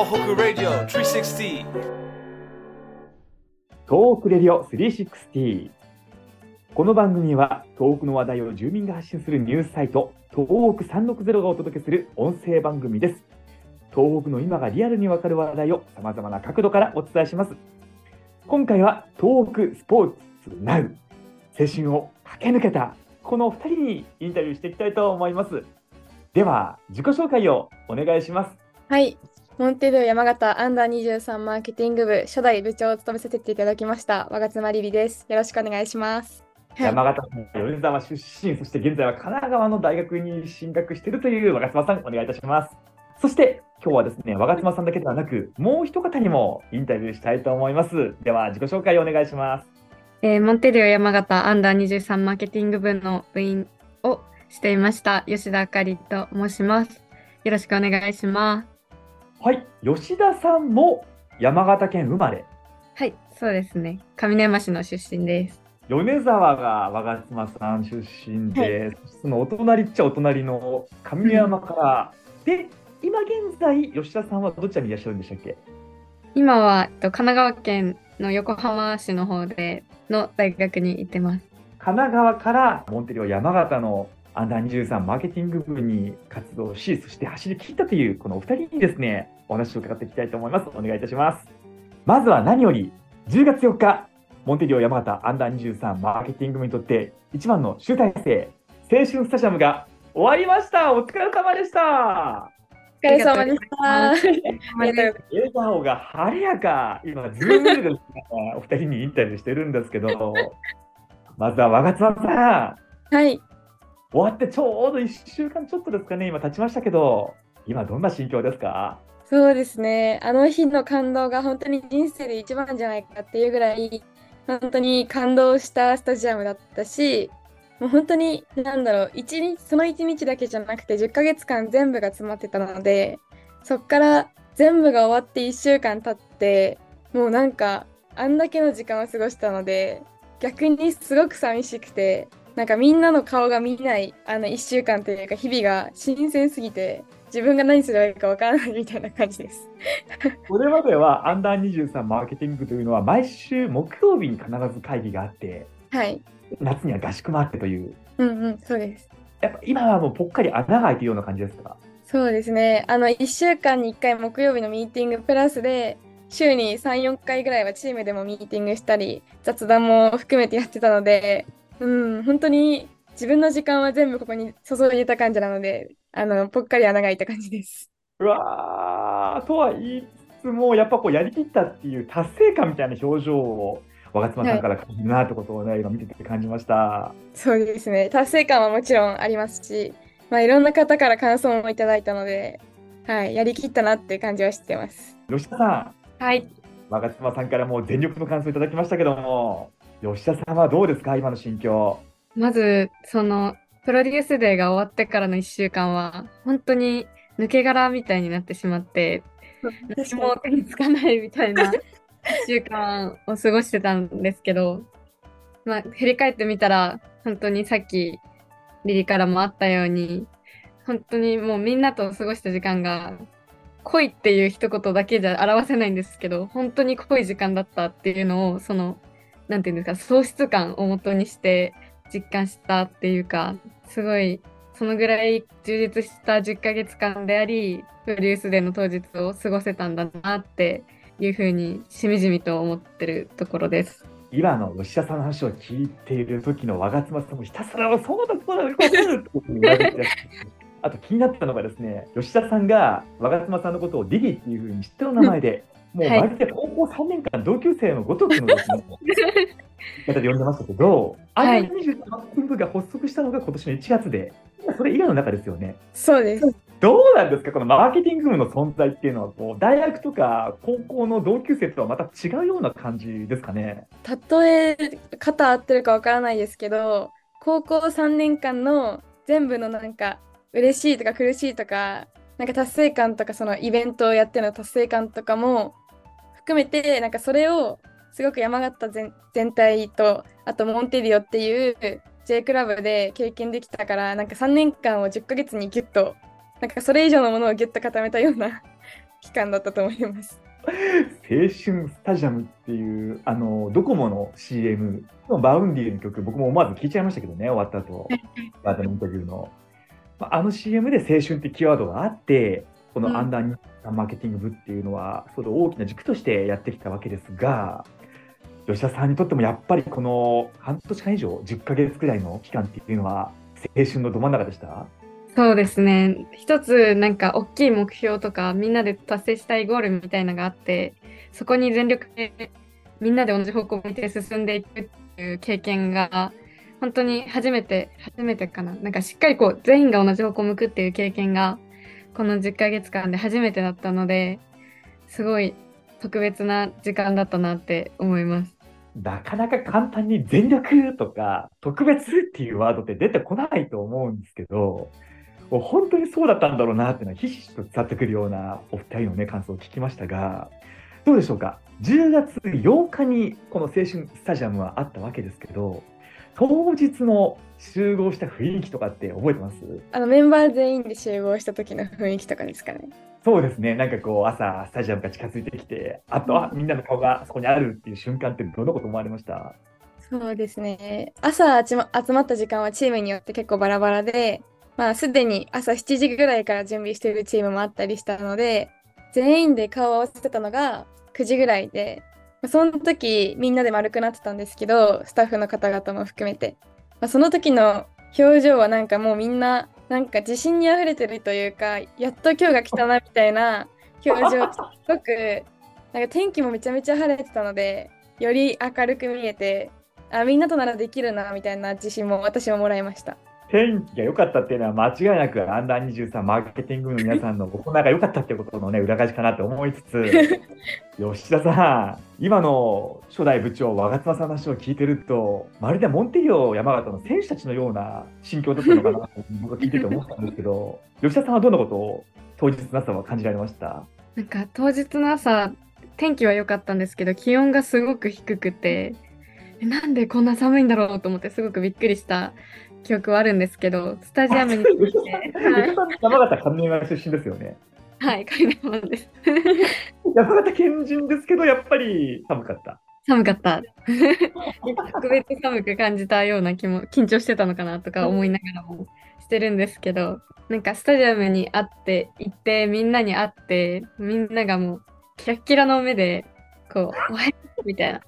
北ラジオ360 東北レディオ360。この番組は東北の話題を住民が発信するニュースサイト東北360がお届けする音声番組です。東北の今がリアルにわかる話題をさまざまな角度からお伝えします。今回は東北スポーツナウ、青春を駆け抜けたこの2人にインタビューしていきたいと思います。では自己紹介をお願いします。 はい、モンテデオ山形アンダー23マーケティング部初代部長を務めさせていただきました我妻リリです。よろしくお願いします。 山形県米沢出身、そして現在は神奈川の大学に進学しているという我妻さん、お願いいたします。そして今日はですね、我妻さんだけではなくもう一方にもインタビューしたいと思います。では自己紹介をお願いします。 モンテデオ山形アンダー23マーケティング部の部員をしていました吉田あかりと申します。よろしくお願いします。 はい、吉田さんも山形県生まれ。 はい、そうですね。上山市の出身です。 米沢が我妻さん出身で、はい、そのお隣っちゃお隣の上山から、で今現在吉田さんはどちらにいらっしゃるんでしたっけ？ 今は神奈川県の横浜市の方での大学に行ってます。 神奈川からモンテデオ山形のアンダー23マーケティング部に活動し、そして走り切ったというこのお二人にですね、お話を伺っていきたいと思います。お願いいたします。まずは何より10月4日、モンテデオ山形アンダー23マーケティング部にとって一番の集大成、青春スタジアムが終わりました。お疲れ様でした。 お疲れ様でした。 笑顔が晴れやか。今ズームでですね、お二人にインタビューしてるんですけど、まずは我妻さん。 はい。 終わってちょうど1週間ちょっとですかね、今経ちましたけど、今どんな心境ですか？ そうですね、あの日の感動が本当に人生で一番じゃないかっていうぐらい本当に感動したスタジアムだったし、もう本当にその1日だけじゃなくて10ヶ月間全部が詰まってたので、そっから全部が終わって1週間経って、もうなんかあんだけの時間を過ごしたので逆にすごく寂しくて、なんかみんなの顔が見ない1週間というか日々が新鮮すぎて自分が何すればいいかわからないみたいな感じです。 これまではアンダー23マーケティングというのは毎週木曜日に必ず会議があって、 はい、 夏には合宿もあってという。 そうです。 やっぱ今はもうぽっかり穴が開いているような感じですか？ そうですね。1週間に1回木曜日のミーティングプラスで週に3、4回ぐらいはチームでもミーティングしたり雑談も含めてやってたので、本当に自分の時間は全部ここに注いでた感じなので、ぽっかり穴が開いた感じです。 うわーとは言いつつも、やっぱこうやりきったっていう達成感みたいな表情を我妻さんから感じるなってことをね、今見てて感じました。 そうですね。達成感はもちろんありますし、いろんな方から感想もいただいたので、はい、やりきったなって感じはしてます。 吉田さん。 はい。 我妻さんからもう全力の感想いただきましたけども、吉田さんはどうですか、今の心境？ まずそのプロデュースデーが終わってからの1週間は本当に抜け殻みたいになってしまって何も手につかないみたいな1週間を過ごしてたんですけど、振り返ってみたら本当にさっきリリからもあったように本当にもうみんなと過ごした時間が濃いっていう一言だけじゃ表せないんですけど、本当に濃い時間だったっていうのをなんていうんですか、喪失感をもとにして実感したっていうか、すごいそのぐらい充実した10ヶ月間であり、プロデュースデーの当日を過ごせたんだなっていうふうにしみじみと思ってるところです。 今の吉田さんの話を聞いている時の我妻さんもひたすらそうだそうだって言われてあと気になったのがですね、吉田さんが我妻さんのことをリリーっていうふうに知ってる名前で、もうまるで高校3年間同級生のごとくのですね、方で呼んでましたけど、アンダー23マーケティング部が発足したのが今年の1月で、それ以外の中ですよね。 そうです。 どうなんですか、このマーケティング部の存在っていうのはこう大学とか高校の同級生とはまた違うような感じですかね。 例え方合ってるかわからないですけど、高校3年間の全部のなんか嬉しいとか苦しいとか、なんか達成感とかそのイベントをやっての達成感とかも含めて、なんかそれをすごく山形全体と、あとモンテディオっていう J クラブで経験できたから、なんか3年間を10ヶ月にギュッと、なんかそれ以上のものをギュッと固めたような期間だったと思います。 青春スタジアムっていう、ドコモの CM のバウンディの曲、僕も思わず聞いちゃいましたけどね、終わった後、バーテのインタビューの。あの CM で青春ってキーワードがあって、このアンダーニマーケティング部っていうのは、その大きな軸としてやってきたわけですが、吉田さんにとってもやっぱりこの半年間以上、10ヶ月くらいの期間っていうのは、青春のど真ん中でした？ そうですね。一つなんか大きい目標とかみんなで達成したいゴールみたいなのがあって、そこに全力でみんなで同じ方向を向いて進んでいくっていう経験が本当に初めてかな。なんかしっかりこう全員が同じ方向を向くっていう経験がこの10ヶ月間で初めてだったので、すごい特別な時間だったなって思います。 なかなか簡単に全力とか特別っていうワードって出てこないと思うんですけど、もう本当にそうだったんだろうなっていうのはひしひしと伝わってくるようなお二人のね、感想を聞きましたが、どうでしょうか。10月8日にこの青春スタジアムはあったわけですけど、当日の集合した雰囲気とかって覚えてます？ メンバー全員で集合した時の雰囲気とかですかね。 そうですね。なんかこう、朝、スタジアムが近づいてきて、あとはみんなの顔がそこにあるっていう瞬間ってどんなこと思われました？ そうですね。朝集まった時間はチームによって結構バラバラで、まあすでに朝7時ぐらいから準備してるチームもあったりしたので、全員で顔を合わせてたのが9時ぐらいで、その時みんなで丸くなってたんですけど、スタッフの方々も含めて。その時の表情はなんかもうみんななんか自信にあふれてるというか、やっと今日が来たなみたいな表情、すごく、なんか天気もめちゃめちゃ晴れてたので、より明るく見えて、みんなとならできるなみたいな自信も私ももらいました。 天気が良かったっていうのは間違いなくアンダー23マーケティング部の皆さんの行いが良かったっていうことのね、裏返しかなって思いつつ、吉田さん、今の初代部長、我妻さんの話を聞いてると、まるでモンテリオ山形の選手たちのような心境だったのかなと僕は聞いてて思ったんですけど、吉田さんはどんなことを当日の朝は感じられました？ なんか当日の朝、天気は良かったんですけど、気温がすごく低くて、なんでこんな寒いんだろうと思ってすごくびっくりした記憶はあるんですけど、スタジアムに吉来て、 田さん、山形上山出身ですよね。 はい、海外マンです。 山形県人ですけど、やっぱり寒かった。 寒かった。特別寒く感じたような緊張してたのかなとか思いながらもしてるんですけど、なんかスタジアムに行って、みんなに会って、みんながもうキラッキラの目で、こう、おはようみたいな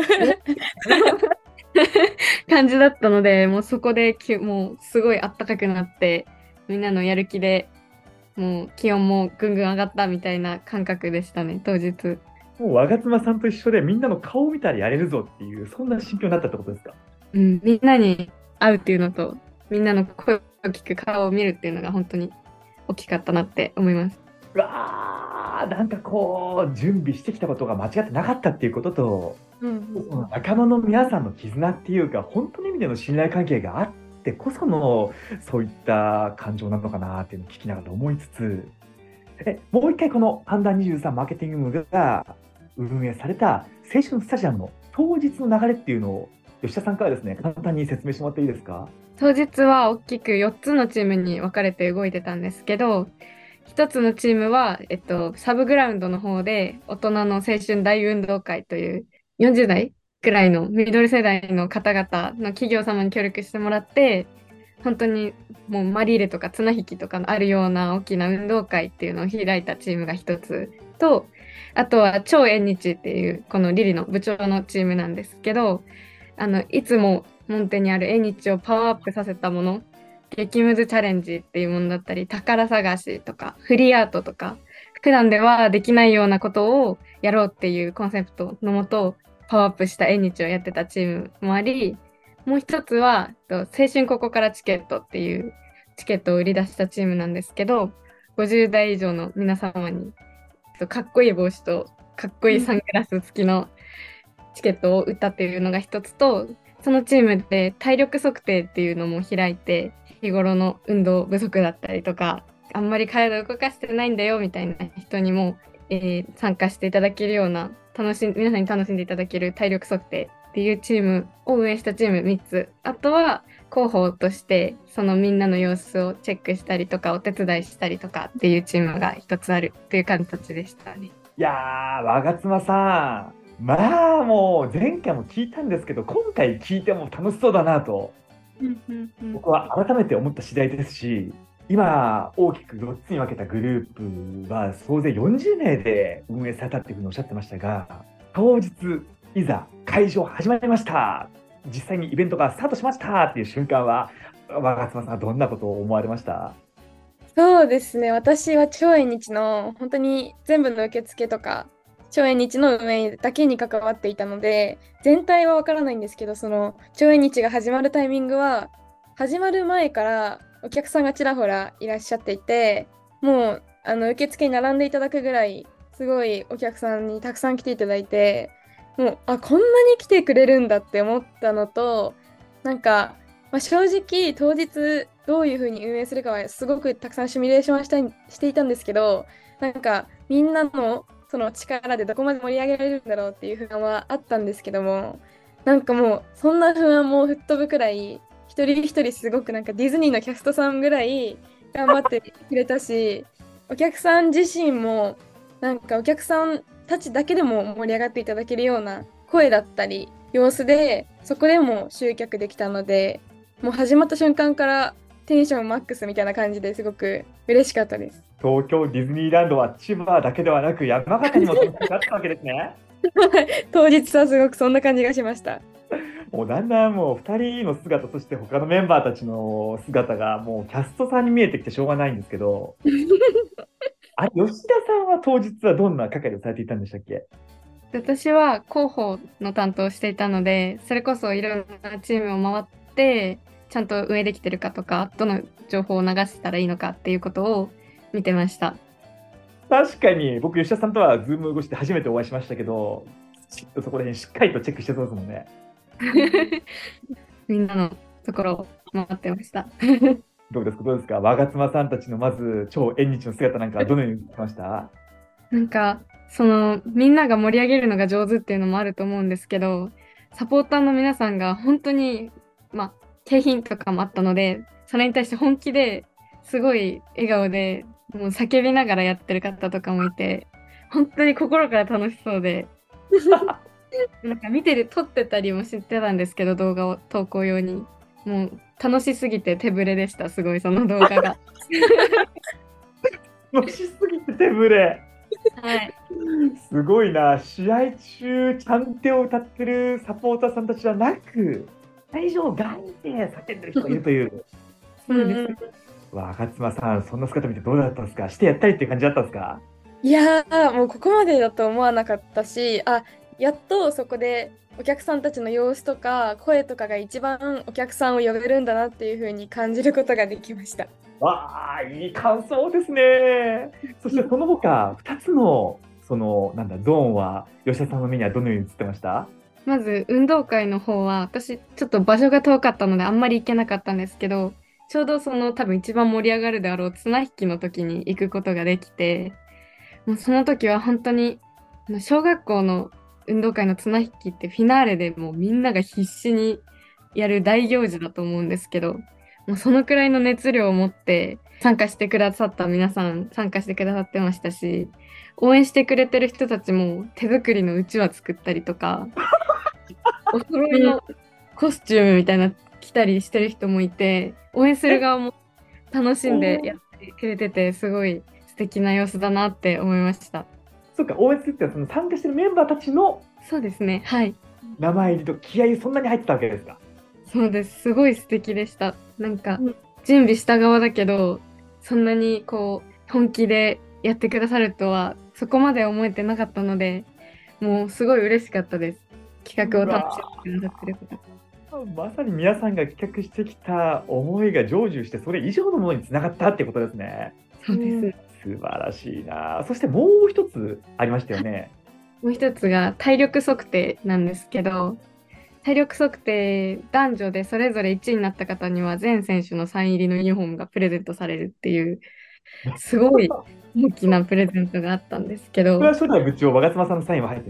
感じだったので、もうそこでもうすごいあったかくなって、みんなのやる気でもう気温もぐんぐん上がったみたいな感覚でしたね、当日。 もう我妻さんと一緒でみんなの顔を見たらやれるぞっていう、そんな心境になったってことですか？ うん、みんなに会うっていうのと、みんなの声を聞く顔を見るっていうのが本当に大きかったなって思います。 うわー、なんかこう、準備してきたことが間違ってなかったっていうことと、その仲間の皆さんの絆っていうか、本当の意味での信頼関係があってこその、そういった感情なのかなっていうのを聞きながら思いつつ、もう一回このアンダー23マーケティング部が運営された青春スタジアムの当日の流れっていうのを、吉田さんからですね、簡単に説明してもらっていいですか？ 当日は大きく4つのチームに分かれて動いてたんですけど、1つのチームは、サブグラウンドの方で大人の青春大運動会という40代くらいのミドル世代の方々の企業様に協力してもらって、本当にもうマリーレとか綱引きとかのあるような大きな運動会っていうのを開いたチームが一つと、あとは超縁日っていうこのリリの部長のチームなんですけど、いつもモンテにある縁日をパワーアップさせたもの、激ムズチャレンジっていうものだったり、宝探しとかフリーアートとか、普段ではできないようなことをやろうっていうコンセプトのもとパワーアップした縁日をやってたチームもあり、もう一つは青春ここからチケットっていうチケットを売り出したチームなんですけど、50代以上の皆様にかっこいい帽子とかっこいいサングラス付きのチケットを売ったっていうのが一つと、そのチームで体力測定っていうのも開いて、日頃の運動不足だったりとか、あんまり体を動かしてないんだよみたいな人にも、参加していただけるような皆さんに楽しんでいただける体力測定ってっていうチームを運営したチーム3つ、あとは広報としてそのみんなの様子をチェックしたりとかお手伝いしたりとかっていうチームが一つあるっていう形でしたね。 いやー、我妻さん、まあもう前回も聞いたんですけど、今回聞いても楽しそうだなと僕は改めて思った次第ですし、今大きく4つに分けたグループは総勢40名で運営されたっていうふうにおっしゃってましたが、当日いざ会場始まりました、実際にイベントがスタートしましたっていう瞬間は、我妻さんはどんなことを思われました？ そうですね。私は超縁日の本当に全部の受付とか、超縁日の運営だけに関わっていたので、全体はわからないんですけど、その超縁日が始まるタイミングは、始まる前からお客さんがちらほらいらっしゃっていて、もう受付に並んでいただくぐらい、すごいお客さんにたくさん来ていただいて、もう、こんなに来てくれるんだって思ったのと、なんか、正直当日どういうふうに運営するかはすごくたくさんシミュレーションはしていたんですけど、なんかみんなのその力でどこまで盛り上げられるんだろうっていう不安はあったんですけども、なんかもうそんな不安も吹っ飛ぶくらい、一人一人すごくなんかディズニーのキャストさんぐらい頑張ってくれたし、お客さん自身もなんかお客さんたちだけでも盛り上がっていただけるような声だったり様子で、そこでも集客できたので、もう始まった瞬間からテンションマックスみたいな感じですごく嬉しかったです。 東京ディズニーランドは千葉だけではなく山形にも存在があったわけですね。 当日はすごくそんな感じがしました。 もうだんだんもう2人の姿、そして他のメンバーたちの姿がもうキャストさんに見えてきてしょうがないんですけど、吉田さんは当日はどんな係をされていたんでしたっけ？ 私は広報の担当をしていたので、それこそいろんなチームを回ってちゃんと運営できてるかとか、どの情報を流したらいいのかっていうことを見てました。 確かに僕、吉田さんとはズーム越しで初めてお会いしましたけど、きちっとそこら辺しっかりとチェックしてそうですもんね。 みんなのところを回ってました。 どうですか、どうですか、我妻さんたちのまず超縁日の姿なんかどのように映ってました？ なんかそのみんなが盛り上げるのが上手っていうのもあると思うんですけど、サポーターの皆さんが本当に景品とかもあったので、それに対して本気ですごい笑顔でもう叫びながらやってる方とかもいて、本当に心から楽しそうでなんか撮ってたりも知ってたんですけど、動画を投稿用にもう楽しすぎて手ぶれでした。すごいその動画が楽しすぎて手ぶれ。 はい、 すごいな。試合中ちゃんてを歌ってるサポーターさんたちじゃなく、会場外で叫んでる人がいるという。 そうです。 我妻さん、そんな姿見てどうだったんですか？してやったりっていう感じだったんですか？ いやー、もうここまでだと思わなかったし、やっとそこでお客さんたちの様子とか声とかが一番お客さんを呼べるんだなっていう風に感じることができました。 わあ、いい感想ですね。そしてその他、2つのゾーンは吉田さんの目にはどのように映ってました？ まず運動会の方は私ちょっと場所が遠かったのであんまり行けなかったんですけど、ちょうどその多分一番盛り上がるであろう綱引きの時に行くことができて、もうその時は本当に小学校の運動会の綱引きってフィナーレでもうみんなが必死にやる大行事だと思うんですけど、もうそのくらいの熱量を持って参加してくださった皆さん参加してくださってましたし、応援してくれてる人たちも手作りのうちわ作ったりとかお揃いのコスチュームみたいな着たりしてる人もいて、応援する側も楽しんでやってくれてて、すごい素敵な様子だなって思いました。 そうか、応援するってのはその参加してるメンバーたちのそうですね、はい。 名前入りと気合いそんなに入ってたわけですか？ そうです。すごい素敵でした。なんか、準備した側だけど、そんなに本気でやってくださるとは、そこまで思えてなかったので、もうすごい嬉しかったです。企画を楽しんでくださってること。 まさに皆さんが企画してきた思いが成就して、それ以上のものにつながったってことですね。 そうです。 素晴らしいな。そしてもう一つありましたよね。 もう一つが体力測定なんですけど、体力測定男女でそれぞれ1位になった方には全選手のサイン入りのユニフォームがプレゼントされるっていうすごい大きなプレゼントがあったんですけど、 これは初代部長、我妻さんのサインは入ってなかったですか？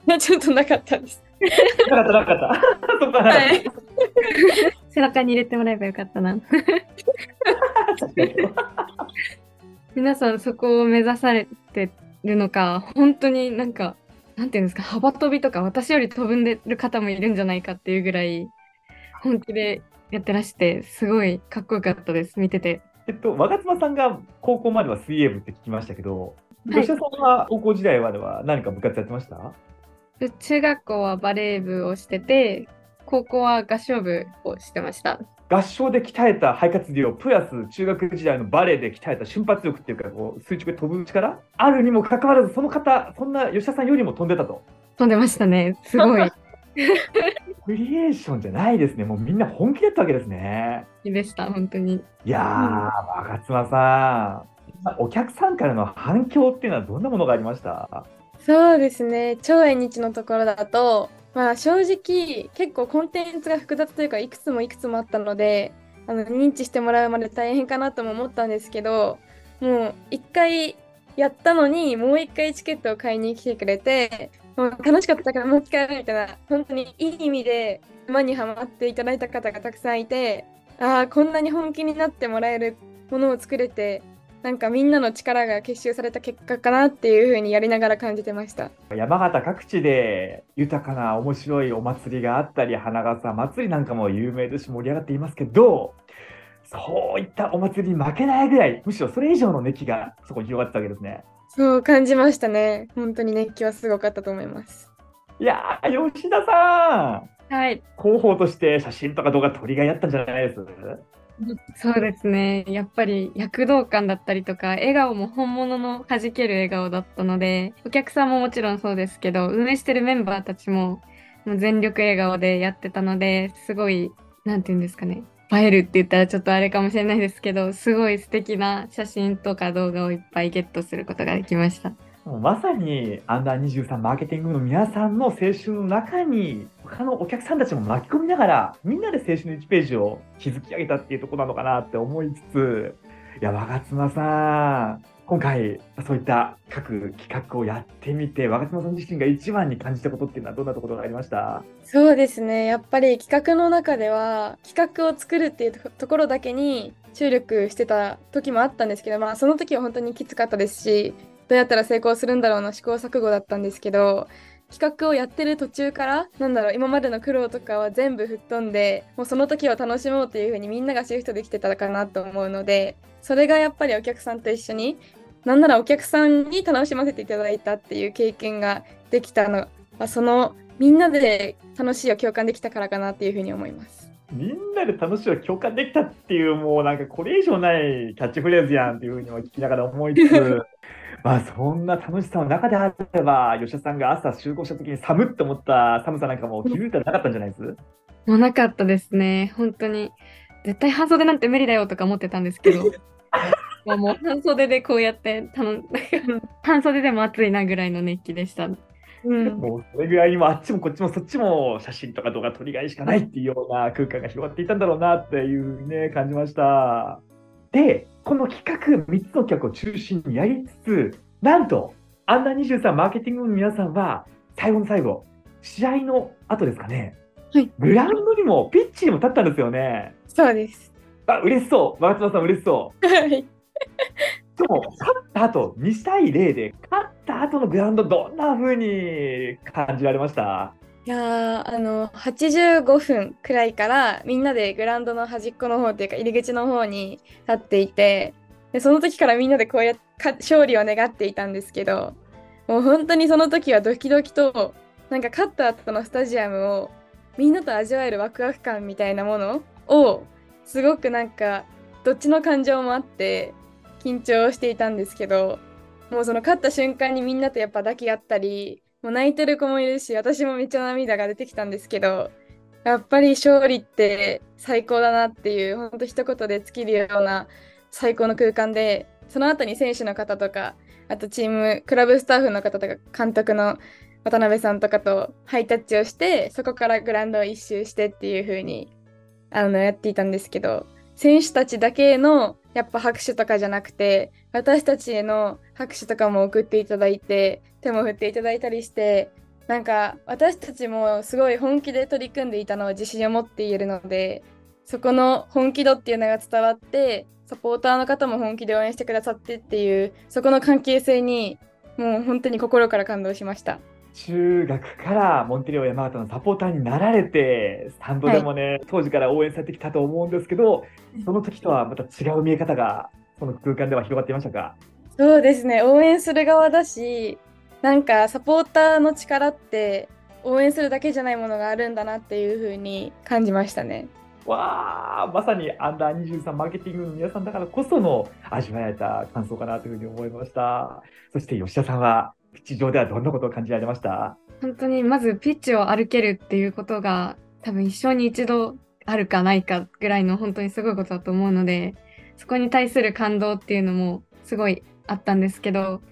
いや、ちょっとなかったです。 なかった、なかった。そこはなかっはい。 背中に入れてもらえばよかったな。 た。確かに。 皆さんそこを目指されてるのか、本当になんか、なんていうんですか、幅跳びとか私より飛んでる方もいるんじゃないかっていうぐらい、本気でやってらして、すごいかっこよかったです、見てて。 我妻さんが高校までは水泳部って聞きましたけど、 はい。 吉田さんは高校時代までは何か部活やってました？ 中学校はバレー部をしてて、高校は合唱部をしてました。 合唱で鍛えた肺活量、プラス中学時代のバレエで鍛えた瞬発力っていうか、こう垂直で飛ぶ力あるにもかかわらず、その方、そんな吉田さんよりも飛んでたと。 飛んでましたね、すごい。 クリエーションじゃないですね。もうみんな本気だったわけですね。 好きでした、本当に。 いやー、我妻さん、お客さんからの反響っていうのはどんなものがありました？ そうですね。超縁日のところだと、まあ正直結構コンテンツが複雑というかいくつもいくつもあったので、認知してもらうまで大変かなとも思ったんですけど、もう一回やったのにもう一回チケットを買いに来てくれて、もう楽しかったからもう一回みたいな、本当にいい意味で沼にはまっていただいた方がたくさんいて、ああ、こんなに本気になってもらえるものを作れて、なんかみんなの力が結集された結果かなっていう風にやりながら感じてました。 山形各地で豊かな面白いお祭りがあったり、花笠祭りなんかも有名ですし盛り上がっていますけど、そういったお祭りに負けないぐらい、むしろそれ以上の熱気がそこに広がってたわけですね。 そう感じましたね。本当に熱気はすごかったと思います。 いやー、吉田さん、 はい。 広報として写真とか動画撮りがいあったんじゃないです？ そうですね。やっぱり躍動感だったりとか、笑顔も本物の弾ける笑顔だったので、お客さんももちろんそうですけど、運営してるメンバーたちももう全力笑顔でやってたので、すごい、なんていうんですかね。映えるって言ったらちょっとあれかもしれないですけど、すごい素敵な写真とか動画をいっぱいゲットすることができました。 もうまさにアンダー23マーケティングの皆さんの青春の中に他のお客さんたちも巻き込みながらみんなで青春の1ページを築き上げたっていうところなのかなって思いつつ、いや、我妻さん、今回そういった各企画をやってみて、我妻さん自身が一番に感じたことっていうのはどんなところがありました？ そうですね。やっぱり企画の中では企画を作るっていうところだけに注力してた時もあったんですけど、まあその時は本当にきつかったですし、どうやったら成功するんだろうな試行錯誤だったんですけど、企画をやってる途中から、なんだろう、今までの苦労とかは全部吹っ飛んで、もうその時を楽しもうっていう風にみんながシフトできてたかなと思うので、それがやっぱりお客さんと一緒に、なんならお客さんに楽しませていただいたっていう経験ができたのは、そのみんなで楽しいを共感できたからかなっていうふうに思います。 みんなで楽しいを共感できたっていう、もうなんかこれ以上ないキャッチフレーズやんっていうふうにも聞きながら思いつつ、まあそんな楽しさの中であれば、吉田さんが朝集合した時に寒って思った寒さなんかも気づいたらなかったんじゃないです？ もうなかったですね。本当に。絶対半袖なんて無理だよとか思ってたんですけど、もう半袖でこうやって半袖でも暑いなぐらいの熱気でした。 うん、 もうそれぐらいにもあっちもこっちもそっちも写真とか動画撮りがいしかないっていうような空間が広がっていたんだろうなっていうね、感じました。で、この企画、3つの企画を中心にやりつつ、なんと、アンダー23マーケティングの皆さんは、最後の最後、試合の後ですかね、 はい、 グラウンドにも、ピッチにも立ったんですよね。 そうです。 あ、嬉しそう。松田さん嬉しそう。 はい。 でも、勝った後、2対0で、勝った後のグラウンド、どんな風に感じられました？ いやー、85分くらいからみんなでグラウンドの端っこの方っていうか入り口の方に立っていて、で、その時からみんなでこうやって勝利を願っていたんですけど、もう本当にその時はドキドキと、なんか勝った後のスタジアムをみんなと味わえるワクワク感みたいなものを、すごくなんか、どっちの感情もあって緊張していたんですけど、もうその勝った瞬間にみんなとやっぱ抱き合ったり、もう泣いてる子もいるし、私もめっちゃ涙が出てきたんですけど、やっぱり勝利って最高だなっていう、本当一言で尽きるような最高の空間で、その後に選手の方とか、あとチーム、クラブスタッフの方とか、監督の渡辺さんとかとハイタッチをして、そこからグラウンドを一周してっていう風にやっていたんですけど、選手たちだけのやっぱ拍手とかじゃなくて、私たちへの拍手とかも送っていただいて、手も振っていただいたりして、 なんか私たちもすごい本気で取り組んでいたのは自信を持って言えるので、そこの本気度っていうのが伝わって、サポーターの方も本気で応援してくださってっていう、そこの関係性にもう本当に心から感動しました。 中学からモンテレオ山形のサポーターになられて、スタンドはい。 でもね、当時から応援されてきたと思うんですけど、その時とはまた違う見え方が、その空間では広がっていましたか？ そうですね、応援する側だし、なんかサポーターの力って応援するだけじゃないものがあるんだなっていう風に感じましたね。 わあ、まさにアンダー23マーケティングの皆さんだからこその味わえた感想かなというふうに思いました。そして吉田さんは、ピッチ上ではどんなことを感じられました？ 本当にまずピッチを歩けるっていうことが多分一生に一度あるかないかぐらいの本当にすごいことだと思うので、そこに対する感動っていうのもすごいあったんですけど、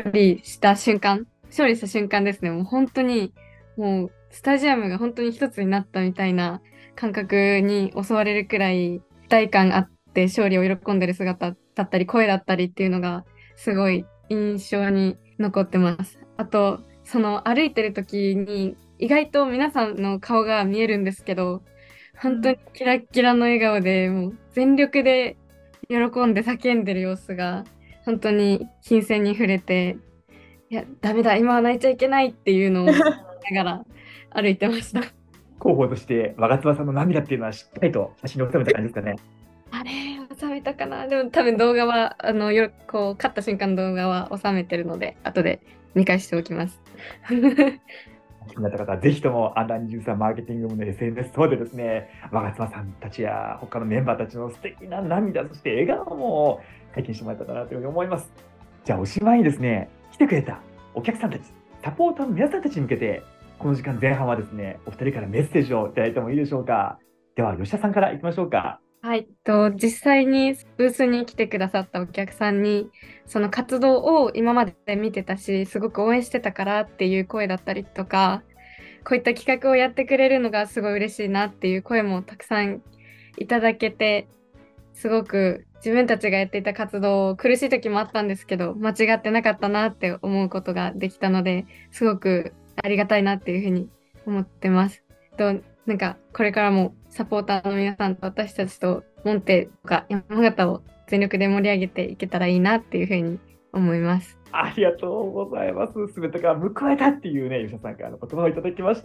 勝利した瞬間ですね、もう本当にもうスタジアムが本当に一つになったみたいな感覚に襲われるくらい一体感あって勝利を喜んでる姿だったり声だったりっていうのがすごい印象に残ってます。あとその歩いてる時に意外と皆さんの顔が見えるんですけど、本当にキラッキラの笑顔でもう全力で喜んで叫んでる様子が本当に金銭に触れて、いやダメだ今は泣いちゃいけないっていうのをながら歩いてました。 広報として我妻さんの涙っていうのはしっかりと写真に収めた感じですかね。 あれ収めたかな。でも多分動画はこう勝った瞬間の動画は収めてるので後で見返しておきます。 気になった方はぜひともアンダー23マーケティング部の SNS 等でですね、我妻さんたちや他のメンバーたちの素敵な涙、そして笑顔も体験してもらえたらなというふうに思います。じゃあおしまいにですね、来てくれたお客さんたち、サポーターの皆さんたちに向けて、この時間前半はですね、お二人からメッセージをいただいてもいいでしょうか。では吉田さんからいきましょうか。 はい、実際にブースに来てくださったお客さんにその活動を今まで見てたしすごく応援してたからっていう声だったりとか、こういった企画をやってくれるのがすごい嬉しいなっていう声もたくさんいただけて、すごく自分たちがやっていた活動苦しい時もあったんですけど間違ってなかったなって思うことができたので、すごくありがたいなっていうふうに思ってます。なんかこれからもサポーターの皆さんと私たちとモンテとか山形を全力で盛り上げていけたらいいなっていうふうに思います。 ありがとうございます。すべてが報われたっていうね、吉田さんからの言葉をいただきました。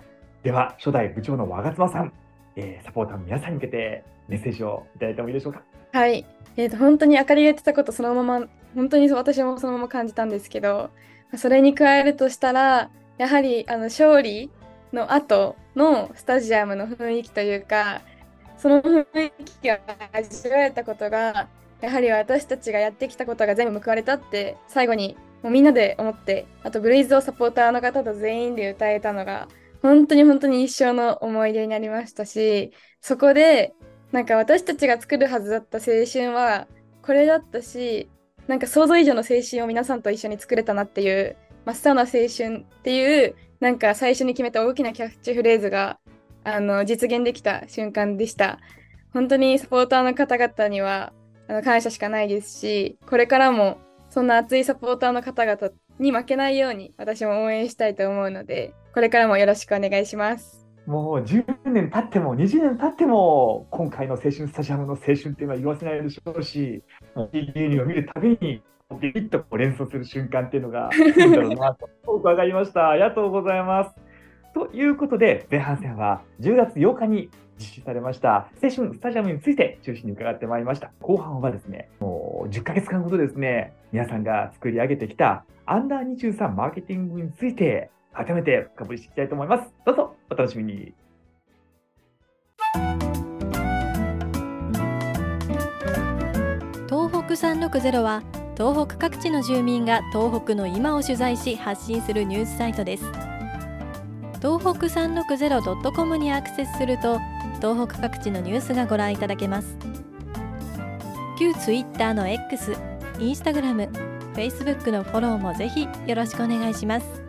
では、初代部長の我妻さん、サポーターの皆さんに向けてメッセージをいただいてもいいでしょうか。 はい。本当にあかりが言ってたことそのまま、本当に私もそのまま感じたんですけど、それに加えるとしたら、やはり勝利の後のスタジアムの雰囲気というか、その雰囲気が味わえたことが、やはり私たちがやってきたことが全部報われたって最後にもうみんなで思って、あとブルイズをサポーターの方と全員で歌えたのが、本当に本当に一生の思い出になりましたし、そこでなんか私たちが作るはずだった青春はこれだったし、なんか想像以上の青春を皆さんと一緒に作れたなっていう、真っ青な青春っていう、なんか最初に決めた大きなキャッチフレーズが実現できた瞬間でした。本当にサポーターの方々には感謝しかないですし、これからもそんな熱いサポーターの方々に負けないように私も応援したいと思うので、これからもよろしくお願いします。 もう10年経っても20年経っても今回の青春スタジアムの青春っていうのは言わせないでしょうし、TDN を見るたびにビビッと連想する瞬間っていうのが来るんだろうなと伺いました。ありがとうございます。ということで前半戦は10月8日に実施されました青春スタジアムについて中心に伺ってまいりました。後半はですね、もう10ヶ月間ほどですね、皆さんが作り上げてきたアンダー23マーケティングについて改めて深掘りしていきたいと思います。どうぞお楽しみに。 東北360は東北各地の住民が東北の今を取材し発信するニュースサイトです。東北 360.com にアクセスすると東北各地のニュースがご覧いただけます。旧 Twitter の X、Instagram、Facebook のフォローもぜひよろしくお願いします。